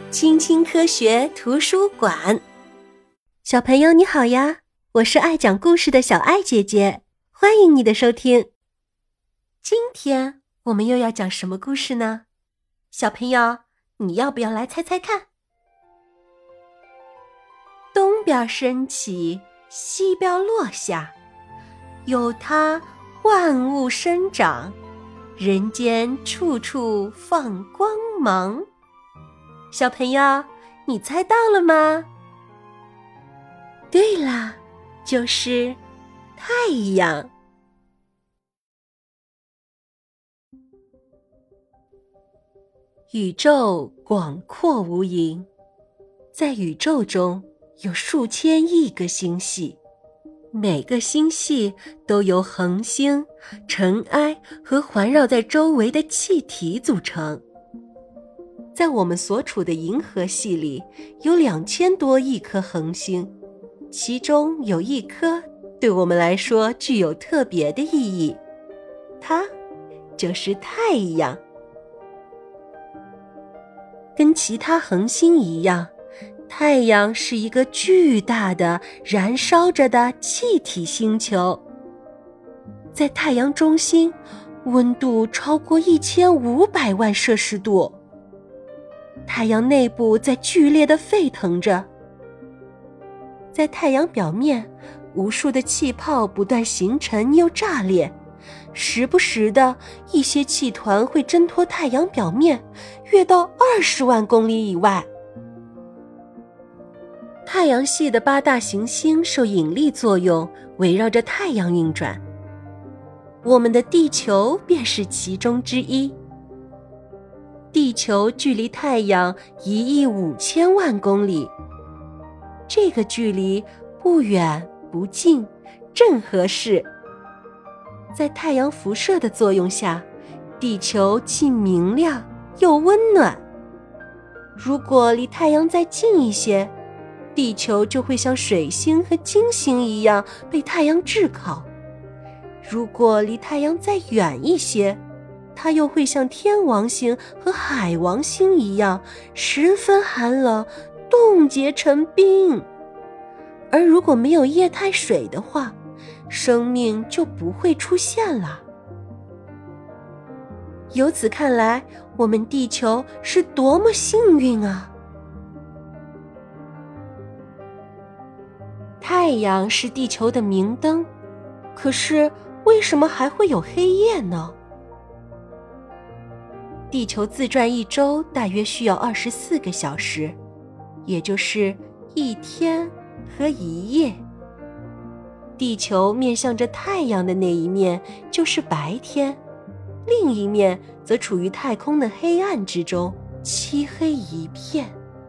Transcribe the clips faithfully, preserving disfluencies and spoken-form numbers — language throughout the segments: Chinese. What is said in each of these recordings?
青青科学图书馆。小朋友你好呀，我是爱讲故事的小爱姐姐，欢迎你的收听。今天我们又要讲什么故事呢？小朋友，你要不要来猜猜看？东边升起，西边落下，有它万物生长，人间处处放光芒。小朋友，你猜到了吗？对啦，就是太阳。宇宙广阔无垠，在宇宙中有数千亿个星系，每个星系都由恒星、尘埃和环绕在周围的气体组成。在我们所处的银河系里，有两千多亿颗恒星，其中有一颗对我们来说具有特别的意义，它就是太阳。跟其他恒星一样，太阳是一个巨大的燃烧着的气体星球。在太阳中心，温度超过一千五百万摄氏度。太阳内部在剧烈地沸腾着，在太阳表面，无数的气泡不断形成又炸裂，时不时的一些气团会挣脱太阳表面，跃到二十万公里以外。太阳系的八大行星受引力作用，围绕着太阳运转，我们的地球便是其中之一。地球距离太阳一亿五千万公里，这个距离不远不近，正合适。在太阳辐射的作用下，地球既明亮又温暖。如果离太阳再近一些，地球就会像水星和金星一样被太阳炙烤；如果离太阳再远一些，它又会像天王星和海王星一样十分寒冷，冻结成冰。而如果没有液态水的话，生命就不会出现了。由此看来，我们地球是多么幸运啊！太阳是地球的明灯，可是为什么还会有黑夜呢？地球自转一周大约需要二十四个小时，也就是一天和一夜。地球面向着太阳的那一面就是白天，另一面则处于太空的黑暗之中，漆黑一片。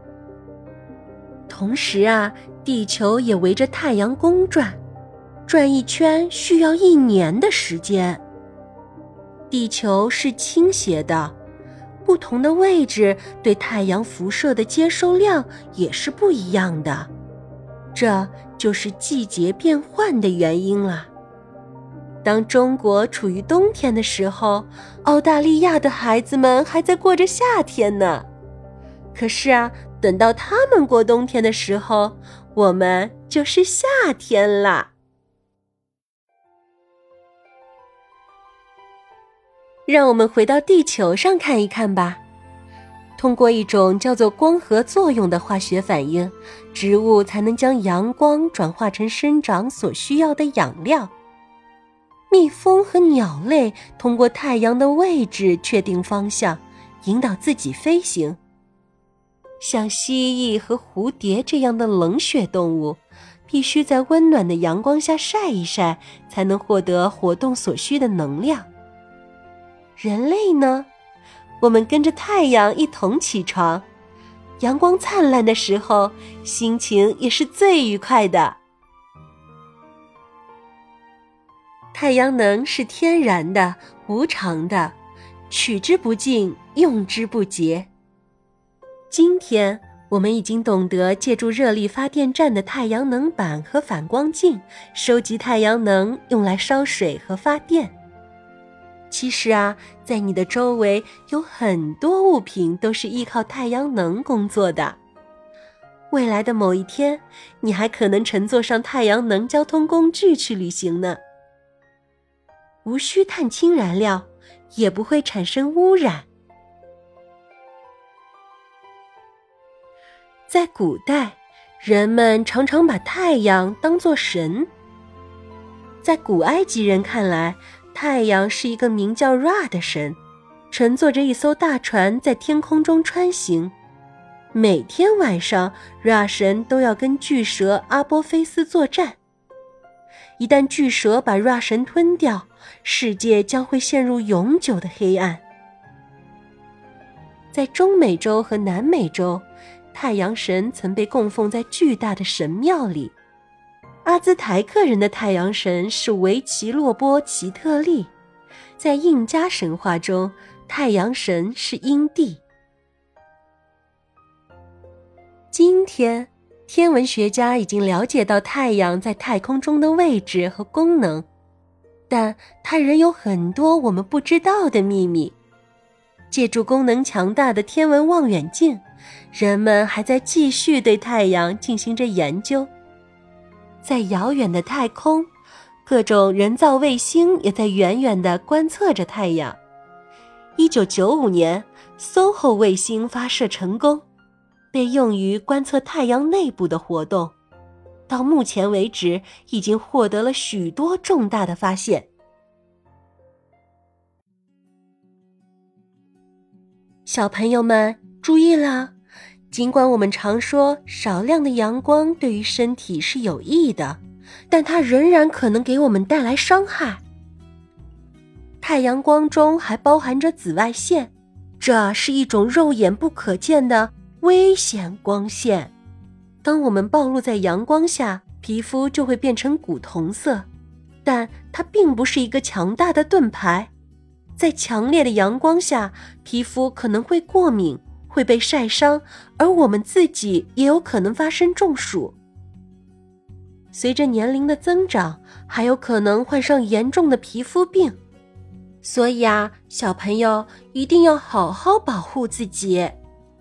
同时啊，地球也围着太阳公转，转一圈需要一年的时间。地球是倾斜的，不同的位置对太阳辐射的接收量也是不一样的，这就是季节变换的原因了。当中国处于冬天的时候，澳大利亚的孩子们还在过着夏天呢。可是啊，等到他们过冬天的时候，我们就是夏天啦。让我们回到地球上看一看吧。通过一种叫做光合作用的化学反应，植物才能将阳光转化成生长所需要的养料。蜜蜂和鸟类通过太阳的位置确定方向，引导自己飞行。像蜥蜴和蝴蝶这样的冷血动物，必须在温暖的阳光下晒一晒，才能获得活动所需的能量。人类呢，我们跟着太阳一同起床，阳光灿烂的时候，心情也是最愉快的。太阳能是天然的、无常的，取之不尽，用之不竭。今天我们已经懂得借助热力发电站的太阳能板和反光镜，收集太阳能用来烧水和发电。 其实啊，在你的周围有很多物品都是依靠太阳能工作的。未来的某一天，你还可能乘坐上太阳能交通工具去旅行呢。无需碳氢燃料，也不会产生污染。在古代，人们常常把太阳当作神。在古埃及人看来，太阳是一个名叫 Ra 的神，乘坐着一艘大船在天空中穿行。每天晚上 Ra 神都要跟巨蛇阿波菲斯作战。一旦巨蛇把 Ra 神吞掉，世界将会陷入永久的黑暗。在中美洲和南美洲，太阳神曾被供奉在巨大的神庙里。阿兹台克人的太阳神是维奇洛波奇特利，在印加神话中，太阳神是阴帝。今天，天文学家已经了解到太阳在太空中的位置和功能，但它仍有很多我们不知道的秘密。借助功能强大的天文望远镜，人们还在继续对太阳进行着研究。在遥远的太空，各种人造卫星也在远远地观测着太阳。一九九五年 S O H O 卫星发射成功，被用于观测太阳内部的活动。到目前为止，已经获得了许多重大的发现。小朋友们注意了，尽管我们常说少量的阳光对于身体是有益的，但它仍然可能给我们带来伤害。太阳光中还包含着紫外线，这是一种肉眼不可见的危险光线。当我们暴露在阳光下，皮肤就会变成古铜色，但它并不是一个强大的盾牌。在强烈的阳光下，皮肤可能会过敏，会被晒伤，而我们自己也有可能发生中暑。随着年龄的增长，还有可能患上严重的皮肤病。所以啊，小朋友一定要好好保护自己。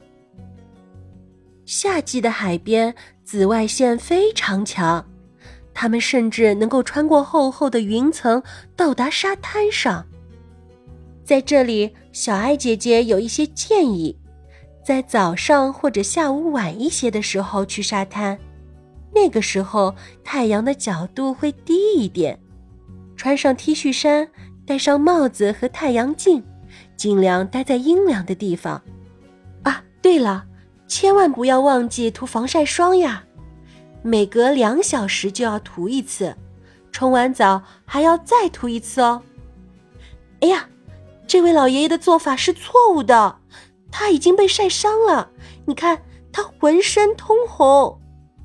夏季的海边，紫外线非常强，它们甚至能够穿过厚厚的云层，到达沙滩上。在这里，小爱姐姐有一些建议，在早上或者下午晚一些的时候去沙滩，那个时候太阳的角度会低一点，穿上 T 恤衫，戴上帽子和太阳镜，尽量待在阴凉的地方。啊，对了，千万不要忘记涂防晒霜呀，每隔两小时就要涂一次，冲完澡还要再涂一次哦。哎呀，这位老爷爷的做法是错误的，他已经被晒伤了，你看他浑身通红。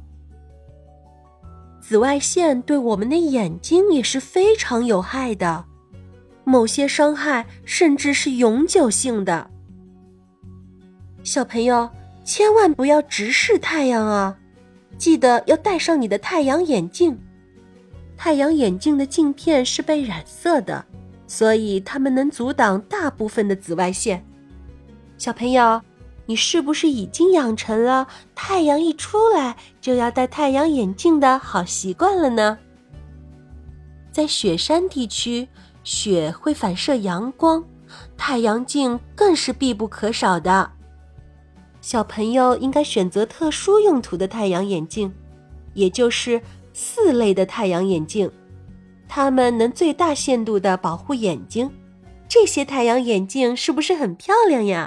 紫外线对我们的眼睛也是非常有害的，某些伤害甚至是永久性的。小朋友，千万不要直视太阳啊，记得要戴上你的太阳眼镜。太阳眼镜的镜片是被染色的，所以它们能阻挡大部分的紫外线。小朋友，你是不是已经养成了太阳一出来就要戴太阳眼镜的好习惯了呢？在雪山地区，雪会反射阳光，太阳镜更是必不可少的。小朋友应该选择特殊用途的太阳眼镜，也就是四类的太阳眼镜，它们能最大限度地保护眼睛。这些太阳眼镜是不是很漂亮呀？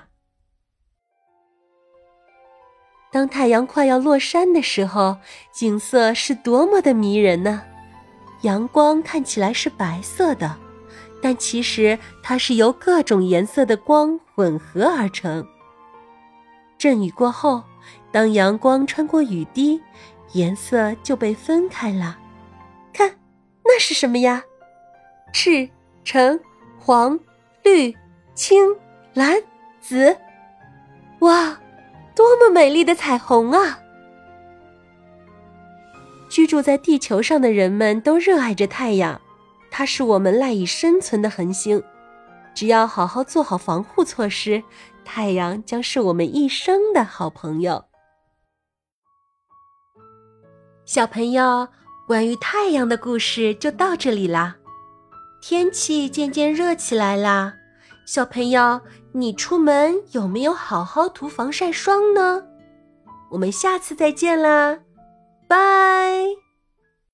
当太阳快要落山的时候，景色是多么的迷人呢！阳光看起来是白色的，但其实它是由各种颜色的光混合而成。阵雨过后，当阳光穿过雨滴，颜色就被分开了。看，那是什么呀？赤、橙、黄、绿、青、蓝、紫。哇，多么美丽的彩虹啊！居住在地球上的人们都热爱着太阳，它是我们赖以生存的恒星。 只要好好做好防护措施，太阳将是我们一生的好朋友。小朋友，关于太阳的故事就到这里啦。天气渐渐热起来啦，小朋友，你出门有没有好好涂防晒霜呢？我们下次再见啦，拜。